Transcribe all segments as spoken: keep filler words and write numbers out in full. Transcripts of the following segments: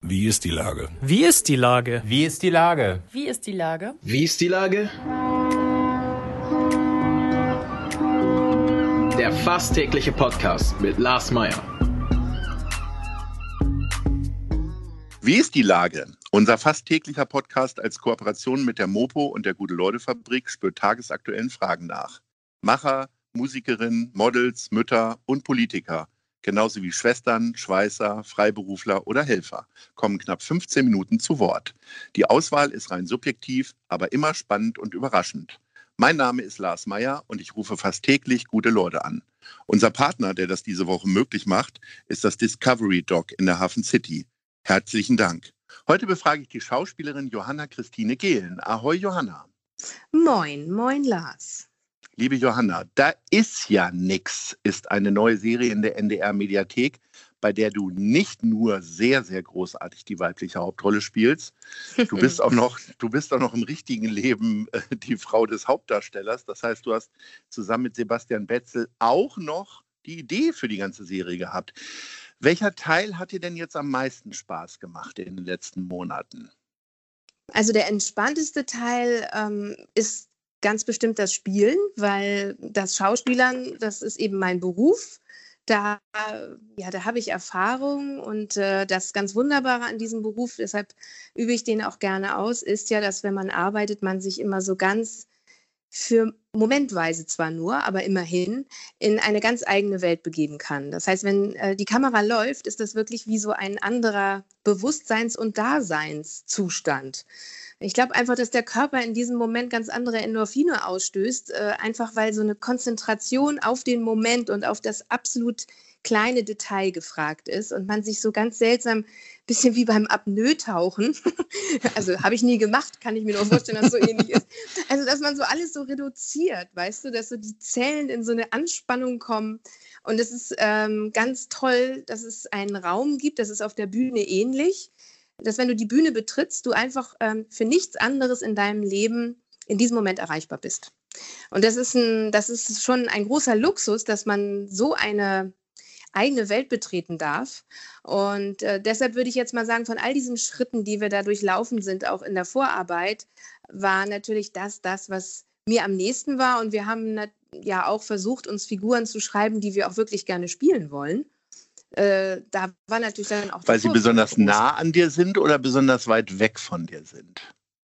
Wie ist die Lage? Wie ist die Lage? Wie ist die Lage? Wie ist die Lage? Wie ist die Lage? Der fast tägliche Podcast mit Lars Meyer. Wie ist die Lage? Unser fast täglicher Podcast als Kooperation mit der Mopo und der Gute-Leute-Fabrik spürt tagesaktuellen Fragen nach. Macher, Musikerinnen, Models, Mütter und Politiker, genauso wie Schwestern, Schweißer, Freiberufler oder Helfer, kommen knapp fünfzehn Minuten zu Wort. Die Auswahl ist rein subjektiv, aber immer spannend und überraschend. Mein Name ist Lars Meyer und ich rufe fast täglich gute Leute an. Unser Partner, der das diese Woche möglich macht, ist das Discovery Dog in der Hafen City. Herzlichen Dank. Heute befrage ich die Schauspielerin Johanna Christine Gehlen. Ahoi Johanna. Moin, moin Lars. Liebe Johanna, da ist ja nix ist eine neue Serie in der N D R-Mediathek, bei der du nicht nur sehr, sehr großartig die weibliche Hauptrolle spielst, du bist auch noch, du bist auch noch im richtigen Leben äh, die Frau des Hauptdarstellers. Das heißt, du hast zusammen mit Sebastian Betzel auch noch die Idee für die ganze Serie gehabt. Welcher Teil hat dir denn jetzt am meisten Spaß gemacht in den letzten Monaten? Also der entspannteste Teil ähm, ist ganz bestimmt das Spielen, weil das Schauspielern, das ist eben mein Beruf. Da, ja, da habe ich Erfahrung und äh, das ganz Wunderbare an diesem Beruf, deshalb übe ich den auch gerne aus, ist ja, dass wenn man arbeitet, man sich immer so ganz für momentweise zwar nur, aber immerhin in eine ganz eigene Welt begeben kann. Das heißt, wenn äh, die Kamera läuft, ist das wirklich wie so ein anderer Bewusstseins- und Daseinszustand. Ich glaube einfach, dass der Körper in diesem Moment ganz andere Endorphine ausstößt, äh, einfach weil so eine Konzentration auf den Moment und auf das absolut kleine Detail gefragt ist und man sich so ganz seltsam, bisschen wie beim Apnoe-Tauchen, also habe ich nie gemacht, kann ich mir nur vorstellen, dass es so ähnlich ist, also dass man so alles so reduziert, weißt du, dass so die Zellen in so eine Anspannung kommen und es ist ähm, ganz toll, dass es einen Raum gibt, das ist auf der Bühne ähnlich, dass wenn du die Bühne betrittst, du einfach ähm, für nichts anderes in deinem Leben in diesem Moment erreichbar bist. Und das ist, ein, das ist schon ein großer Luxus, dass man so eine eigene Welt betreten darf. Und äh, deshalb würde ich jetzt mal sagen, von all diesen Schritten, die wir da durchlaufen sind, auch in der Vorarbeit, war natürlich das, das, was mir am nächsten war. Und wir haben ja auch versucht, uns Figuren zu schreiben, die wir auch wirklich gerne spielen wollen. Äh, da war natürlich dann auch... Weil sie besonders nah an dir sind oder besonders weit weg von dir sind?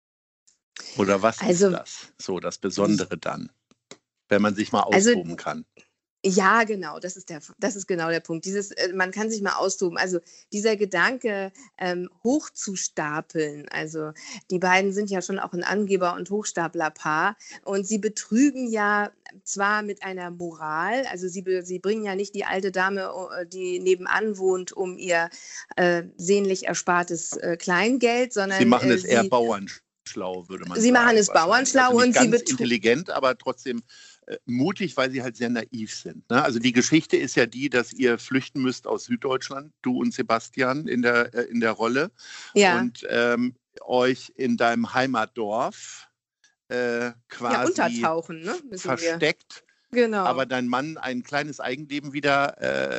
Oder was also, ist das? So, das Besondere dann, wenn man sich mal austoben also, kann. Ja, genau, das ist, der, das ist genau der Punkt. Dieses, äh, man kann sich mal austoben. Also dieser Gedanke, ähm, hochzustapeln. Also die beiden sind ja schon auch ein Angeber- und Hochstaplerpaar. Und sie betrügen ja zwar mit einer Moral, also sie, sie bringen ja nicht die alte Dame, die nebenan wohnt, um ihr äh, sehnlich erspartes äh, Kleingeld, sondern... Sie machen es äh, eher sie, bauernschlau, würde man sie sagen. Sie machen es bauernschlau also nicht und ganz sie betrügen... intelligent, aber trotzdem... mutig, weil sie halt sehr naiv sind. Ne? Also die Geschichte ist ja die, dass ihr flüchten müsst aus Süddeutschland, du und Sebastian in der, äh, in der Rolle. Ja. Und ähm, euch in deinem Heimatdorf äh, quasi ja, untertauchen, ne? versteckt. Wir. Genau. Aber dein Mann ein kleines Eigenleben wieder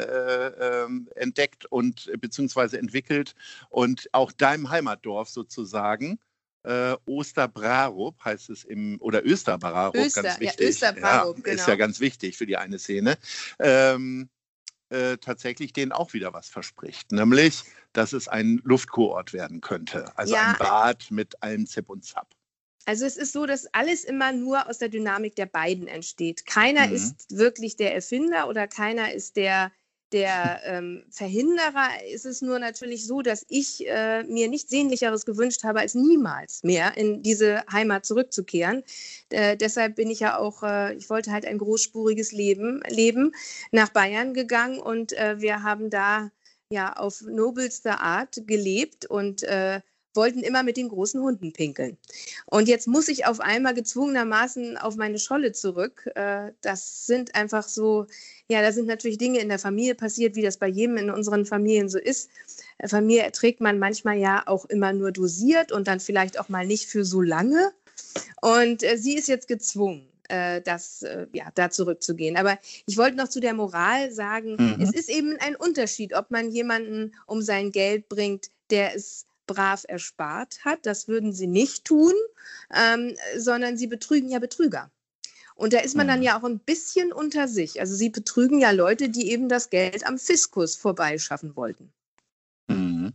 äh, äh, entdeckt und beziehungsweise entwickelt. Und auch deinem Heimatdorf sozusagen Äh, Osterbrarup heißt es im, oder Österbrarup, Öster, ganz wichtig. Ja, Österbrarup, ja, genau. Ist ja ganz wichtig für die eine Szene. Ähm, äh, tatsächlich denen auch wieder was verspricht. Nämlich, dass es ein Luftkurort werden könnte. Also ja, ein Bad mit allem Zip und Zap. Also es ist so, dass alles immer nur aus der Dynamik der beiden entsteht. Keiner Mhm. ist wirklich der Erfinder oder keiner ist der Der ähm, Verhinderer. Ist es nur natürlich so, dass ich äh, mir nichts Sehnlicheres gewünscht habe, als niemals mehr in diese Heimat zurückzukehren. Äh, deshalb bin ich ja auch, äh, ich wollte halt ein großspuriges Leben leben, nach Bayern gegangen und äh, wir haben da ja auf nobelste Art gelebt und äh, wollten immer mit den großen Hunden pinkeln. Und jetzt muss ich auf einmal gezwungenermaßen auf meine Scholle zurück. Äh, das sind einfach so, ja, da sind natürlich Dinge in der Familie passiert, wie das bei jedem in unseren Familien so ist. Familie erträgt man manchmal ja auch immer nur dosiert und dann vielleicht auch mal nicht für so lange. Und äh, sie ist jetzt gezwungen, äh, das, äh, ja, da zurückzugehen. Aber ich wollte noch zu der Moral sagen, mhm. es ist eben ein Unterschied, ob man jemanden um sein Geld bringt, der es brav erspart hat. Das würden sie nicht tun, ähm, sondern sie betrügen ja Betrüger. Und da ist man dann ja auch ein bisschen unter sich. Also sie betrügen ja Leute, die eben das Geld am Fiskus vorbeischaffen wollten. Mhm.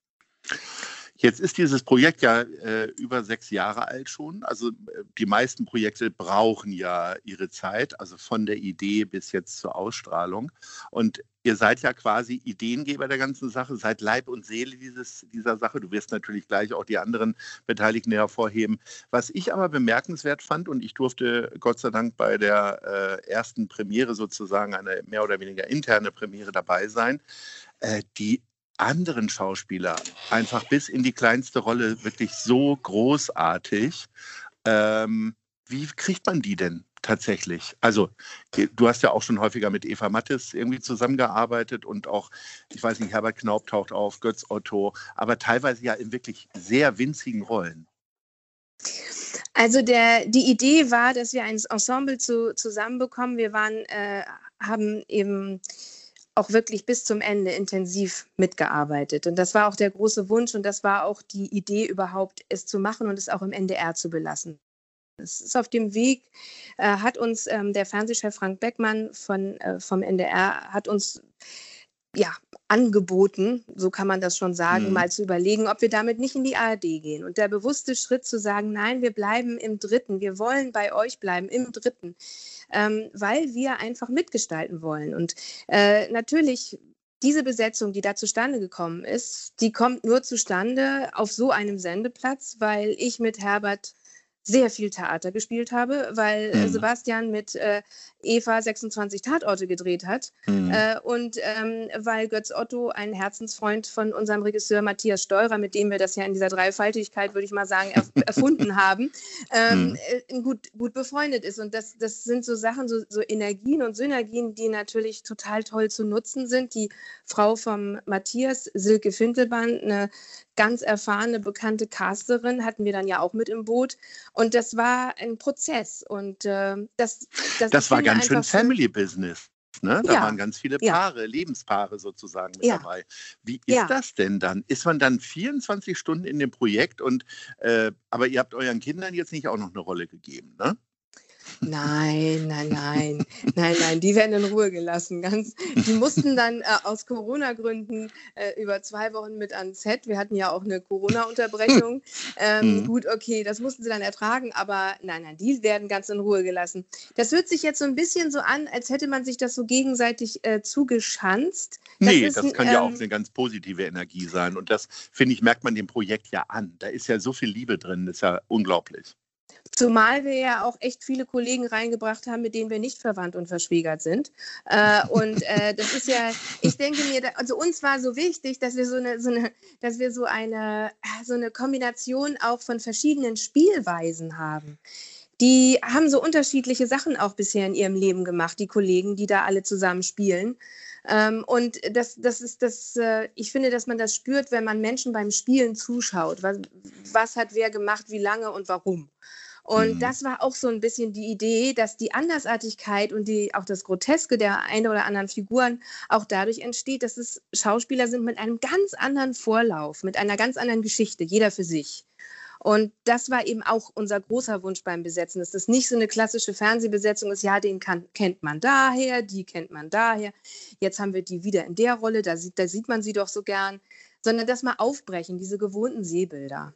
Jetzt ist dieses Projekt ja äh, über sechs Jahre alt schon. Also äh, die meisten Projekte brauchen ja ihre Zeit, also von der Idee bis jetzt zur Ausstrahlung. Und ihr seid ja quasi Ideengeber der ganzen Sache, seid Leib und Seele dieses, dieser Sache. Du wirst natürlich gleich auch die anderen Beteiligten hervorheben. Was ich aber bemerkenswert fand, und ich durfte Gott sei Dank bei der äh, ersten Premiere sozusagen, eine mehr oder weniger interne Premiere dabei sein, äh, die anderen Schauspieler einfach bis in die kleinste Rolle wirklich so großartig. Ähm, wie kriegt man die denn tatsächlich? Also du hast ja auch schon häufiger mit Eva Mattes irgendwie zusammengearbeitet und auch, ich weiß nicht, Herbert Knaub taucht auf, Götz Otto, aber teilweise ja in wirklich sehr winzigen Rollen. Also der, die Idee war, dass wir ein Ensemble zu, zusammenbekommen. Wir waren, äh, haben eben auch wirklich bis zum Ende intensiv mitgearbeitet. Und das war auch der große Wunsch und das war auch die Idee überhaupt, es zu machen und es auch im N D R zu belassen. Es ist auf dem Weg, äh, hat uns ähm, der Fernsehchef Frank Beckmann von, äh, vom N D R hat uns ja, angeboten, so kann man das schon sagen, mhm. mal zu überlegen, ob wir damit nicht in die A R D gehen. Und der bewusste Schritt zu sagen, nein, wir bleiben im Dritten, wir wollen bei euch bleiben, im Dritten, ähm, weil wir einfach mitgestalten wollen. Und äh, natürlich, diese Besetzung, die da zustande gekommen ist, die kommt nur zustande auf so einem Sendeplatz, weil ich mit Herbert sehr viel Theater gespielt habe, weil mhm. Sebastian mit äh, Eva sechsundzwanzig Tatorte gedreht hat mhm. äh, und ähm, weil Götz Otto ein Herzensfreund von unserem Regisseur Matthias Steurer, mit dem wir das ja in dieser Dreifaltigkeit, würde ich mal sagen, erf erfunden haben, ähm, mhm. gut, gut befreundet ist. Und das, das sind so Sachen, so, so Energien und Synergien, die natürlich total toll zu nutzen sind. Die Frau vom Matthias, Silke Fintelband, eine ganz erfahrene, bekannte Casterin, hatten wir dann ja auch mit im Boot. Und das war ein Prozess. Und äh, das, das, das war ganz schön Family Business. Ne? Da ja. waren ganz viele Paare, ja. Lebenspaare sozusagen mit ja. dabei. Wie ist ja. das denn dann? Ist man dann vierundzwanzig Stunden in dem Projekt und äh, aber ihr habt euren Kindern jetzt nicht auch noch eine Rolle gegeben, ne? Nein, nein, nein, nein, nein, die werden in Ruhe gelassen. Ganz, die mussten dann äh, aus Corona-Gründen äh, über zwei Wochen mit ans Set. Wir hatten ja auch eine Corona-Unterbrechung. Ähm, mhm. Gut, okay, das mussten sie dann ertragen, aber nein, nein, die werden ganz in Ruhe gelassen. Das hört sich jetzt so ein bisschen so an, als hätte man sich das so gegenseitig äh, zugeschanzt. Das nee, ist, das kann ähm, ja auch eine ganz positive Energie sein. Und das, finde ich, merkt man dem Projekt ja an. Da ist ja so viel Liebe drin, das ist ja unglaublich. Zumal wir ja auch echt viele Kollegen reingebracht haben, mit denen wir nicht verwandt und verschwägert sind. Äh, und äh, das ist ja, ich denke mir, da, also uns war so wichtig, dass wir so eine, so eine, dass wir so eine, so eine Kombination auch von verschiedenen Spielweisen haben. Die haben so unterschiedliche Sachen auch bisher in ihrem Leben gemacht, die Kollegen, die da alle zusammen spielen. Ähm, und das, das ist das, äh, ich finde, dass man das spürt, wenn man Menschen beim Spielen zuschaut. Was, was hat wer gemacht, wie lange und warum? Und mhm. das war auch so ein bisschen die Idee, dass die Andersartigkeit und die, auch das Groteske der einen oder anderen Figuren auch dadurch entsteht, dass es Schauspieler sind mit einem ganz anderen Vorlauf, mit einer ganz anderen Geschichte, jeder für sich. Und das war eben auch unser großer Wunsch beim Besetzen, dass das nicht so eine klassische Fernsehbesetzung ist, ja, den kann, kennt man daher, die kennt man daher, jetzt haben wir die wieder in der Rolle, da sieht, da sieht man sie doch so gern, sondern das mal aufbrechen, diese gewohnten Sehbilder.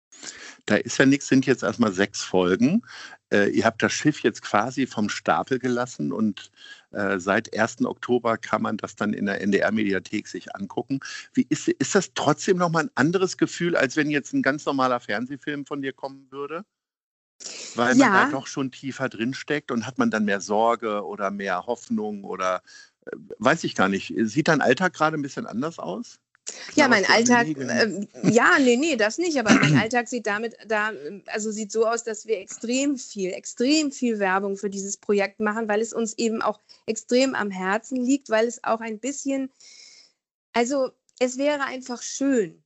Da ist ja nichts, sind jetzt erstmal sechs Folgen. Äh, ihr habt das Schiff jetzt quasi vom Stapel gelassen und äh, seit ersten Oktober kann man das dann in der N D R-Mediathek sich angucken. Wie ist, ist das trotzdem nochmal ein anderes Gefühl, als wenn jetzt ein ganz normaler Fernsehfilm von dir kommen würde? Weil man ja. da doch schon tiefer drin steckt und hat man dann mehr Sorge oder mehr Hoffnung oder äh, weiß ich gar nicht. Sieht dein Alltag gerade ein bisschen anders aus? Ja, mein Alltag, äh, ja, nee, nee, das nicht, aber mein Alltag sieht damit, da, also sieht so aus, dass wir extrem viel, extrem viel Werbung für dieses Projekt machen, weil es uns eben auch extrem am Herzen liegt, weil es auch ein bisschen, also es wäre einfach schön,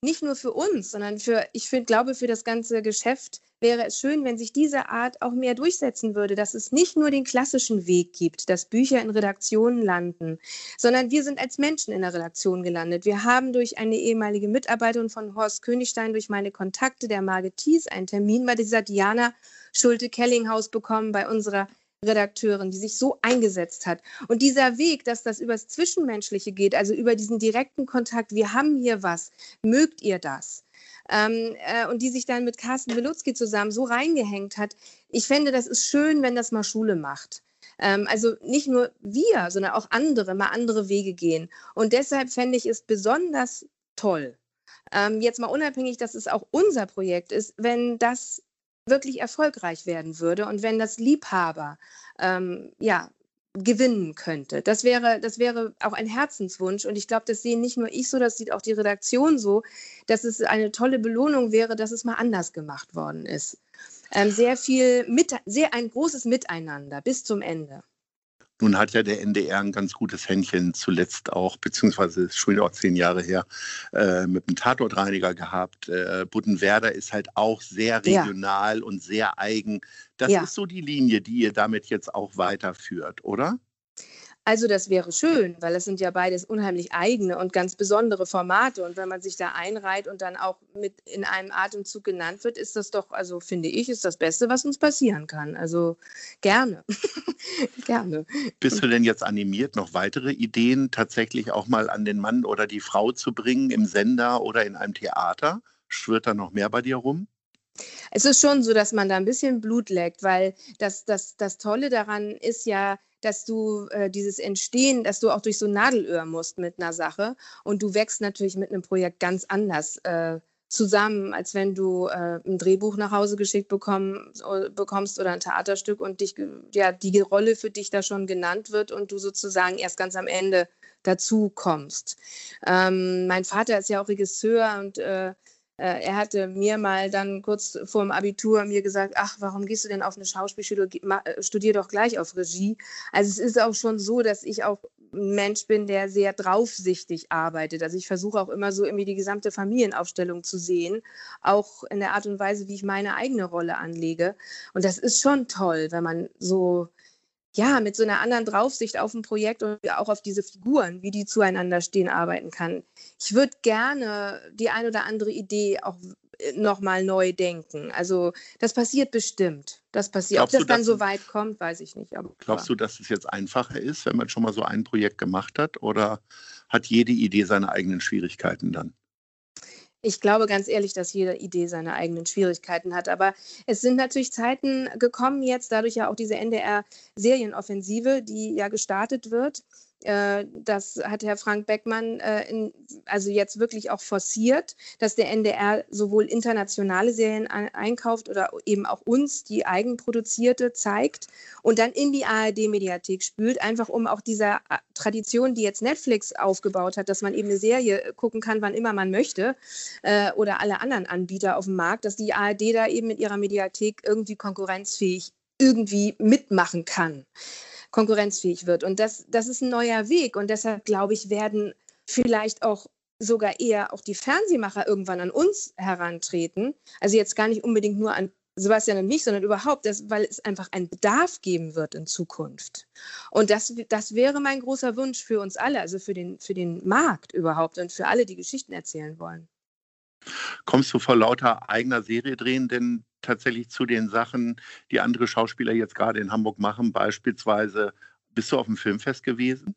nicht nur für uns, sondern für, ich find, glaube, für das ganze Geschäft wäre es schön, wenn sich diese Art auch mehr durchsetzen würde, dass es nicht nur den klassischen Weg gibt, dass Bücher in Redaktionen landen, sondern wir sind als Menschen in der Redaktion gelandet. Wir haben durch eine ehemalige Mitarbeiterin von Horst Königstein, durch meine Kontakte der Margit Thies, einen Termin bei dieser Diana Schulte-Kellinghaus bekommen, bei unserer Redakteurin, die sich so eingesetzt hat. Und dieser Weg, dass das über das Zwischenmenschliche geht, also über diesen direkten Kontakt, wir haben hier was, mögt ihr das? Ähm, äh, und die sich dann mit Carsten Belutzky zusammen so reingehängt hat. Ich fände, das ist schön, wenn das mal Schule macht. Ähm, also nicht nur wir, sondern auch andere, mal andere Wege gehen. Und deshalb fände ich es besonders toll, ähm, jetzt mal unabhängig, dass es auch unser Projekt ist, wenn das wirklich erfolgreich werden würde und wenn das Liebhaber ähm, ja, gewinnen könnte. Das wäre, das wäre auch ein Herzenswunsch und ich glaube, das sehen nicht nur ich so, das sieht auch die Redaktion so, dass es eine tolle Belohnung wäre, dass es mal anders gemacht worden ist. Ähm, sehr viel, mit, sehr ein großes Miteinander bis zum Ende. Nun hat ja der N D R ein ganz gutes Händchen zuletzt auch, beziehungsweise ist schon auch zehn Jahre her, äh, mit einem Tatortreiniger gehabt. Äh, Buddenwerder ist halt auch sehr regional ja. und sehr eigen. Das ja. ist so die Linie, die ihr damit jetzt auch weiterführt, oder? Also das wäre schön, weil es sind ja beides unheimlich eigene und ganz besondere Formate. Und wenn man sich da einreiht und dann auch mit in einem Atemzug genannt wird, ist das doch, also finde ich, ist das Beste, was uns passieren kann. Also gerne, gerne. Bist du denn jetzt animiert, noch weitere Ideen tatsächlich auch mal an den Mann oder die Frau zu bringen im Sender oder in einem Theater? Schwirrt da noch mehr bei dir rum? Es ist schon so, dass man da ein bisschen Blut leckt, weil das, das, das Tolle daran ist ja, dass du äh, dieses Entstehen, dass du auch durch so ein Nadelöhr musst mit einer Sache und du wächst natürlich mit einem Projekt ganz anders äh, zusammen, als wenn du äh, ein Drehbuch nach Hause geschickt bekomm, bekommst oder ein Theaterstück und dich, ja, die Rolle für dich da schon genannt wird und du sozusagen erst ganz am Ende dazu kommst. Ähm, mein Vater ist ja auch Regisseur und äh, er hatte mir mal dann kurz vor dem Abitur mir gesagt, ach, warum gehst du denn auf eine Schauspielschule, studier doch gleich auf Regie. Also es ist auch schon so, dass ich auch ein Mensch bin, der sehr draufsichtig arbeitet. Also ich versuche auch immer so irgendwie die gesamte Familienaufstellung zu sehen, auch in der Art und Weise, wie ich meine eigene Rolle anlege. Und das ist schon toll, wenn man so ja, mit so einer anderen Draufsicht auf ein Projekt und auch auf diese Figuren, wie die zueinander stehen, arbeiten kann. Ich würde gerne die ein oder andere Idee auch nochmal neu denken. Also das passiert bestimmt. Das passiert. Ob das dann so weit kommt, weiß ich nicht. Aber glaubst du, dass es jetzt einfacher ist, wenn man schon mal so ein Projekt gemacht hat? Oder hat jede Idee seine eigenen Schwierigkeiten dann? Ich glaube ganz ehrlich, dass jede Idee seine eigenen Schwierigkeiten hat. Aber es sind natürlich Zeiten gekommen jetzt, dadurch ja auch diese N D R-Serienoffensive, die ja gestartet wird. Das hat Herr Frank Beckmann in, also jetzt wirklich auch forciert, dass der N D R sowohl internationale Serien einkauft oder eben auch uns, die eigenproduzierte, zeigt und dann in die A R D-Mediathek spült, einfach um auch dieser Tradition, die jetzt Netflix aufgebaut hat, dass man eben eine Serie gucken kann, wann immer man möchte, äh, oder alle anderen Anbieter auf dem Markt, dass die A R D da eben mit ihrer Mediathek irgendwie konkurrenzfähig irgendwie mitmachen kann. konkurrenzfähig wird. Und das, das ist ein neuer Weg. Und deshalb, glaube ich, werden vielleicht auch sogar eher auch die Fernsehmacher irgendwann an uns herantreten. Also jetzt gar nicht unbedingt nur an Sebastian und mich, sondern überhaupt, das, weil es einfach einen Bedarf geben wird in Zukunft. Und das, das wäre mein großer Wunsch für uns alle, also für den, für den Markt überhaupt und für alle, die Geschichten erzählen wollen. Kommst du vor lauter eigener Serie drehen denn tatsächlich zu den Sachen, die andere Schauspieler jetzt gerade in Hamburg machen? Beispielsweise, bist du auf dem Filmfest gewesen?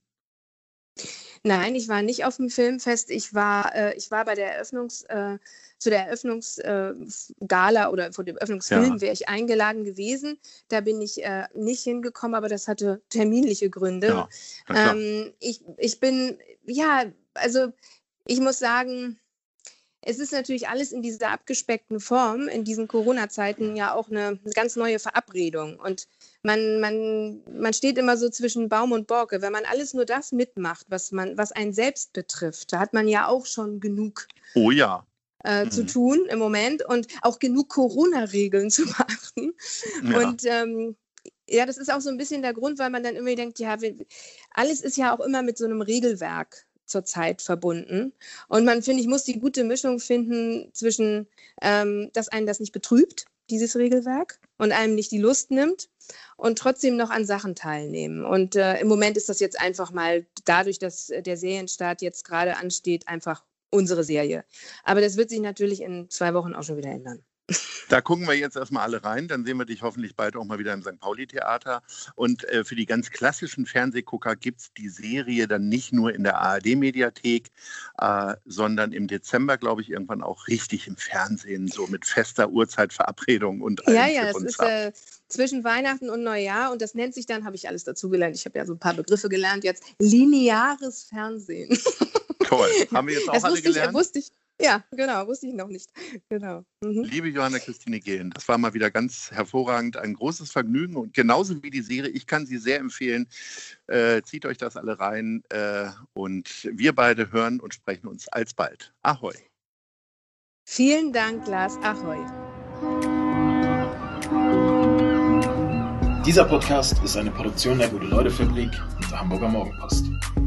Nein, ich war nicht auf dem Filmfest. Ich war, äh, ich war bei der Eröffnungs, äh, zu der Eröffnungsgala äh, oder vor dem Eröffnungsfilm ja. wäre ich eingeladen gewesen. Da bin ich äh, nicht hingekommen, aber das hatte terminliche Gründe. Ja, ähm, ich, ich bin, ja, also ich muss sagen, es ist natürlich alles in dieser abgespeckten Form, in diesen Corona-Zeiten ja auch eine, eine ganz neue Verabredung. Und man, man, man steht immer so zwischen Baum und Borke. Wenn man alles nur das mitmacht, was, man, was einen selbst betrifft, da hat man ja auch schon genug oh ja. äh, mhm. zu tun im Moment und auch genug Corona-Regeln zu beachten. Ja. Und ähm, ja, das ist auch so ein bisschen der Grund, weil man dann irgendwie denkt, ja, wir, alles ist ja auch immer mit so einem Regelwerk zur Zeit verbunden. Und man, finde ich, muss die gute Mischung finden zwischen, ähm, dass einen das nicht betrübt, dieses Regelwerk, und einem nicht die Lust nimmt und trotzdem noch an Sachen teilnehmen. Und äh, im Moment ist das jetzt einfach mal dadurch, dass der Serienstart jetzt gerade ansteht, einfach unsere Serie. Aber das wird sich natürlich in zwei Wochen auch schon wieder ändern. Da gucken wir jetzt erstmal alle rein, dann sehen wir dich hoffentlich bald auch mal wieder im Sankt Pauli-Theater. Und äh, für die ganz klassischen Fernsehgucker gibt es die Serie dann nicht nur in der A R D-Mediathek, äh, sondern im Dezember, glaube ich, irgendwann auch richtig im Fernsehen, so mit fester Uhrzeitverabredung und allem. Ja, ja, das ist äh, zwischen Weihnachten und Neujahr und das nennt sich dann, habe ich alles dazu gelernt, ich habe ja so ein paar Begriffe gelernt jetzt, lineares Fernsehen. Toll, haben wir jetzt auch das alle gelernt? Ich, wusste ich. Ja, genau, wusste ich noch nicht. Genau. Mhm. Liebe Johanna Christine Gehlen, das war mal wieder ganz hervorragend, ein großes Vergnügen und genauso wie die Serie, ich kann sie sehr empfehlen. Äh, zieht euch das alle rein äh, und wir beide hören und sprechen uns alsbald. Ahoi. Vielen Dank, Lars. Ahoi. Dieser Podcast ist eine Produktion der Gute-Leute-Fabrik und der Hamburger Morgenpost.